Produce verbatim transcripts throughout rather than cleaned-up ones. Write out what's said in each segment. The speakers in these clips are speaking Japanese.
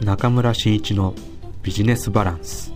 中村真一のビジネスバランス。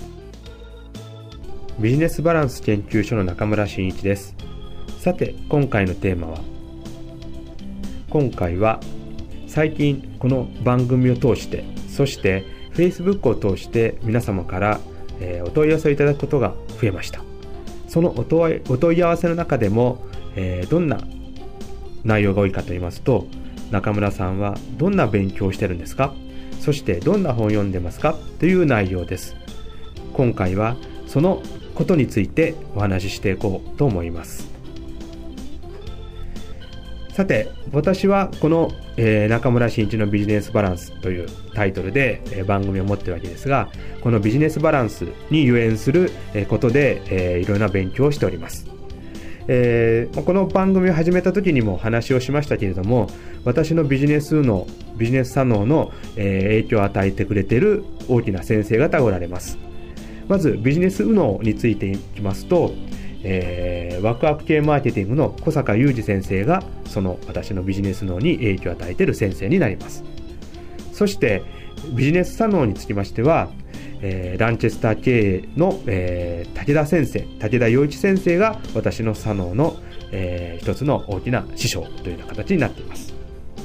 ビジネスバランス研究所の中村真一です。さて、今回のテーマは今回は最近この番組を通して、そして Facebook を通して皆様から、えー、お問い合わせをいただくことが増えました。そのお問い、お問い合わせの中でも、えー、どんな内容が多いかと言いますと、中村さんはどんな勉強をしてるんですか、そしてどんな本を読んでますかという内容です。今回はそのことについてお話ししていこうと思います。さて、私はこの、えー、中村真一のビジネスバランスというタイトルで、えー、番組を持っているわけですが、このビジネスバランスに由縁する、えー、ことで、えー、いろんな勉強をしております。えー、この番組を始めた時にも話をしましたけれども、私のビジネスのビジネス左脳の、えー、影響を与えてくれている大きな先生方がおられます。まずビジネス右脳についていきますと、えー、ワクワク系マーケティングの小坂雄二先生がその私のビジネス脳に影響を与えている先生になります。そしてビジネス左脳につきましては、えー、ランチェスター経営の、えー、武田先生武田洋一先生が私の左脳の、えー、一つの大きな師匠というような形になっています。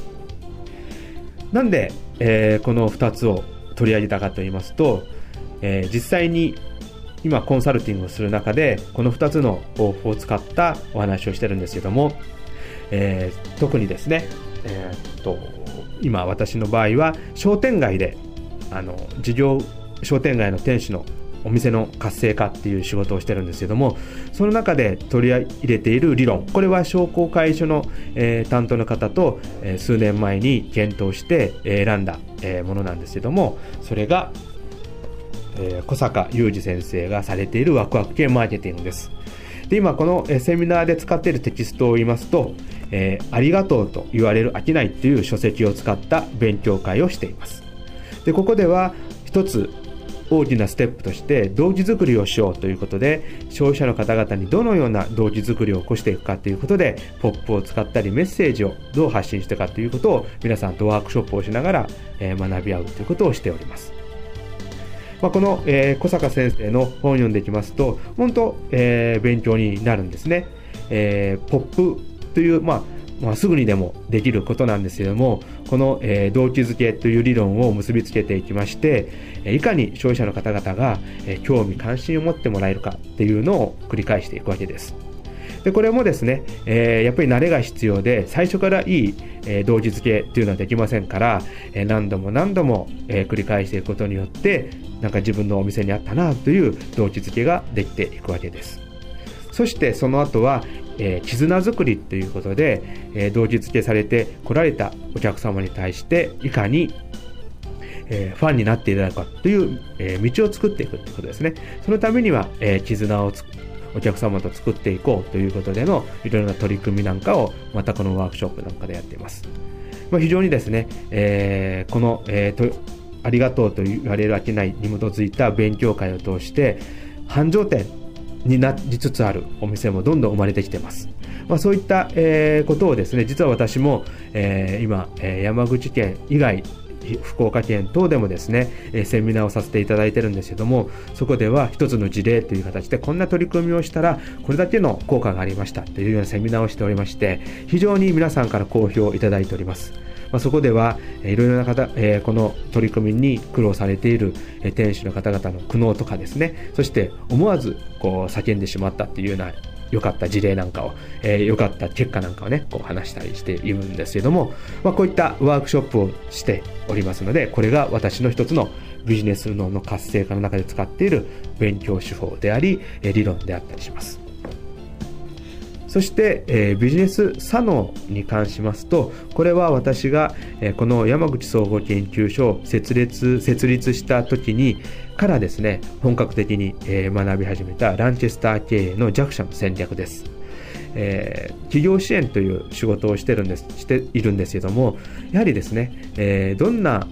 なんで、えー、このふたつを取り上げたかと言いますと、えー、実際に今コンサルティングをする中でこのふたつの方法を使ったお話をしてるんですけども、えー、特にですね、えー、っと今私の場合は商店街であの事業商店街の店主のお店の活性化っていう仕事をしてるんですけども、その中で取り入れている理論、これは商工会議所の、えー、担当の方と、えー、数年前に検討して選んだ、えー、ものなんですけども、それがえー、小坂雄二先生がされているワクワク系マーケティングです。で、今この、えー、セミナーで使っているテキストを言いますと、えー、ありがとうと言われる商いという書籍を使った勉強会をしています。で、ここでは一つ大きなステップとして動機づくりをしようということで、消費者の方々にどのような動機づくりを起こしていくかということで、ポップを使ったりメッセージをどう発信していくかということを皆さんとワークショップをしながら、えー、学び合うということをしております。まあ、この、えー、小坂先生の本を読んでいきますと、本当、えー、勉強になるんですね。えー、ポップという、まあまあ、すぐにでもできることなんですけれども、この、えー、動機づけという理論を結びつけていきまして、いかに消費者の方々が、えー、興味関心を持ってもらえるかっていうのを繰り返していくわけです。で、これもですね、えー、やっぱり慣れが必要で、最初からいい、えー、動機づけというのはできませんから、えー、何度も何度も、えー、繰り返していくことによって、なんか自分のお店にあったなという動機づけができていくわけです。そしてその後は、えー、絆作りということで、えー、動機づけされて来られたお客様に対していかに、えー、ファンになっていただくかという、えー、道を作っていくということですね。そのためには、えー、絆をつお客様と作っていこうということでのいろいろな取り組みなんかをまたこのワークショップなんかでやっています。まあ、非常にですね、えー、この、えー、とありがとうと言われる商いに基づいた勉強会を通して繁盛店になりつつあるお店もどんどん生まれてきています。まあ、そういった、えー、ことをですね、実は私も、えー、今、えー、山口県以外福岡県等でもですね、えー、セミナーをさせていただいてるんですけども、そこでは一つの事例という形でこんな取り組みをしたらこれだけの効果がありましたというようなセミナーをしておりまして、非常に皆さんから好評をいただいております。まあ、そこでは、えー、いろいろな方、えー、この取り組みに苦労されている、えー、店主の方々の苦悩とかですね、そして思わずこう叫んでしまったっていうような良かった事例なんかを、えー、良かった結果なんかをね、こう話したりしているんですけども、まあ、こういったワークショップをしておりますので、これが私の一つのビジネス脳の活性化の中で使っている勉強手法であり、えー、理論であったりします。そして、えー、ビジネス左脳に関しますと、これは私が、えー、この山口総合研究所を設立設立した時にからですね、本格的に、えー、学び始めたランチェスター経営の弱者の戦略です。えー、企業支援という仕事をしてるんですしているんですけども、やはりですね、えー、どんな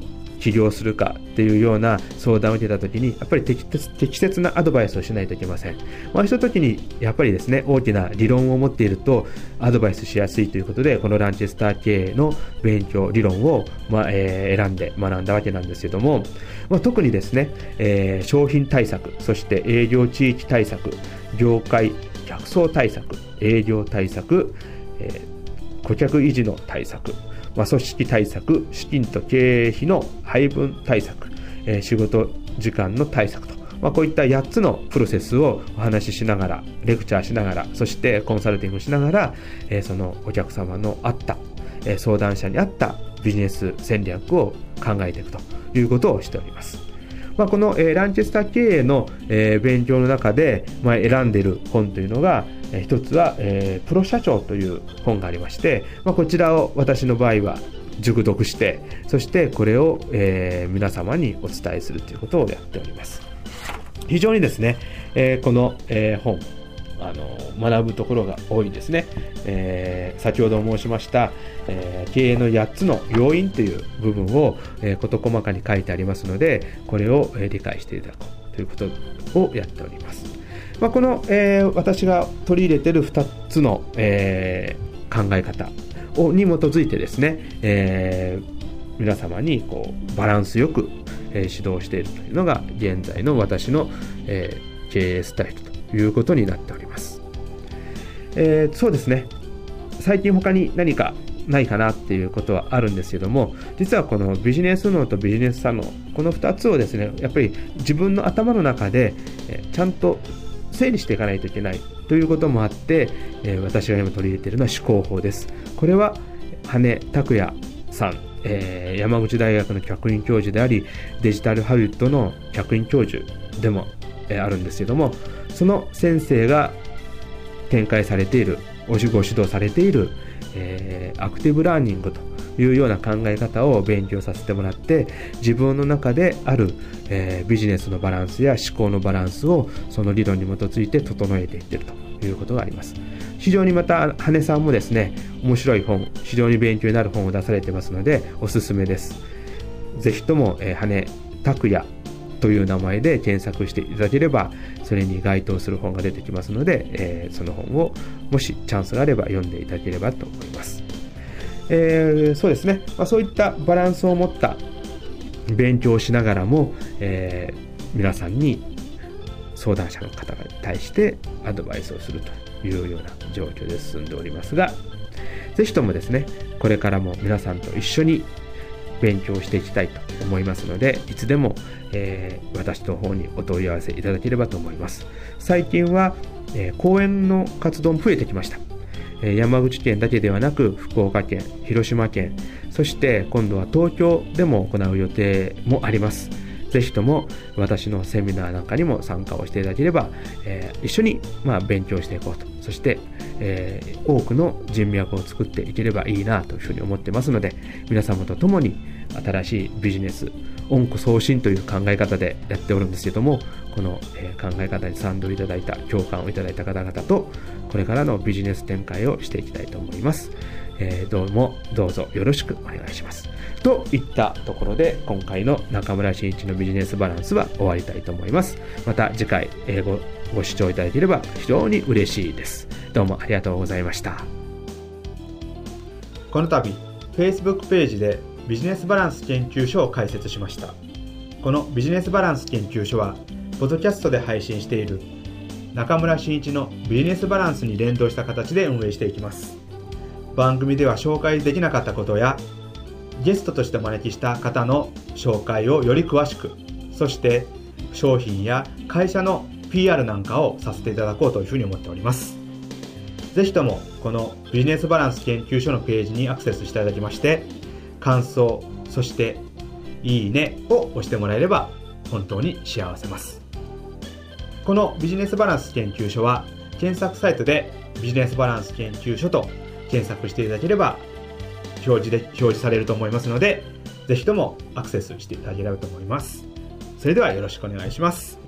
起業するかっていうような相談を受けたときに、やっぱり適切、適切なアドバイスをしないといけません。まあ、そういう時にやっぱりですね、大きな理論を持っているとアドバイスしやすいということで、このランチェスター経営の勉強理論を、まあえー、選んで学んだわけなんですけども、まあ、特にですね、えー、商品対策、そして営業地域対策、業界客層対策、営業対策、えー、顧客維持の対策、まあ、組織対策、資金と経営費の配分対策、えー、仕事時間の対策と、まあ、こういったやっつのプロセスをお話ししながら、レクチャーしながら、そしてコンサルティングしながら、えー、そのお客様の合った、えー、相談者に合ったビジネス戦略を考えていくということをしております。まあ、この、えー、ランチェスター経営の、えー、勉強の中で、まあ、選んでいる本というのが、えー、一つは、えー、プロ社長という本がありまして、まあ、こちらを私の場合は熟読して、そしてこれを、えー、皆様にお伝えするということをやっております。非常にですね、えー、この、えー、本あの学ぶところが多いですね。えー、先ほど申しました、えー、経営のやっつの要因という部分を、えー、事細かに書いてありますので、これを、えー、理解していただこうということをやっております。まあ、この、えー、私が取り入れているふたつの、えー、考え方をに基づいてですね、えー、皆様にこうバランスよく、えー、指導しているというのが現在の私の、えー、経営スタイルということになっております。えー、そうですね、最近他に何かないかなっていうことはあるんですけども、実はこのビジネス脳とビジネス左脳、このふたつをですね、やっぱり自分の頭の中で、えー、ちゃんと整理していかないといけないということもあって、えー、私が今取り入れているのは思考法です。これは羽根拓也さん、えー、山口大学の客員教授であり、デジタルハリウッドの客員教授でも、えー、あるんですけども、その先生が展開されている、ご指導されている、えー、アクティブラーニングというような考え方を勉強させてもらって、自分の中である、えー、ビジネスのバランスや思考のバランスをその理論に基づいて整えていっているということがあります。非常にまた羽根さんもですね、面白い本、非常に勉強になる本を出されてますのでおすすめです。ぜひとも、えー、羽根拓也という名前で検索していただければ、それに該当する本が出てきますので、えー、その本をもしチャンスがあれば読んでいただければと思います。えー、そうですね、まあ、そういったバランスを持った勉強をしながらも、えー、皆さんに相談者の方に対してアドバイスをするというような状況で進んでおりますが、ぜひともですね、これからも皆さんと一緒に勉強していきたいと思いますので、いつでも、えー、私の方にお問い合わせいただければと思います。最近は、えー、講演の活動も増えてきました。えー、山口県だけではなく福岡県、広島県、そして今度は東京でも行う予定もあります。ぜひとも私のセミナーなんかにも参加をしていただければ、えー、一緒に、まあ、勉強していこうと、そして、えー、多くの人脈を作っていければいいなというふうに思ってますので、皆様と共に新しいビジネス、温故送信という考え方でやっておるんですけども、この、えー、考え方に賛同いただいた、共感をいただいた方々とこれからのビジネス展開をしていきたいと思います。えー、どうもどうぞよろしくお願いします。といったところで、今回の中村真一のビジネスバランスは終わりたいと思います。また次回、えー、ご, ご視聴いただければ非常に嬉しいです。どうもありがとうございました。この度 Facebook ページでビジネスバランス研究所を開設しました。このビジネスバランス研究所はポッドキャストで配信している中村真一のビジネスバランスに連動した形で運営していきます。番組では紹介できなかったことや、ゲストとしてお招きした方の紹介をより詳しく、そして商品や会社の ピーアール なんかをさせていただこうというふうに思っております。ぜひともこのビジネスバランス研究所のページにアクセスしていただきまして、感想、そしていいねを押してもらえれば本当に幸せます。このビジネスバランス研究所は検索サイトでビジネスバランス研究所と検索していただければ表示で表示されると思いますので、ぜひともアクセスしていただければと思います。それではよろしくお願いします。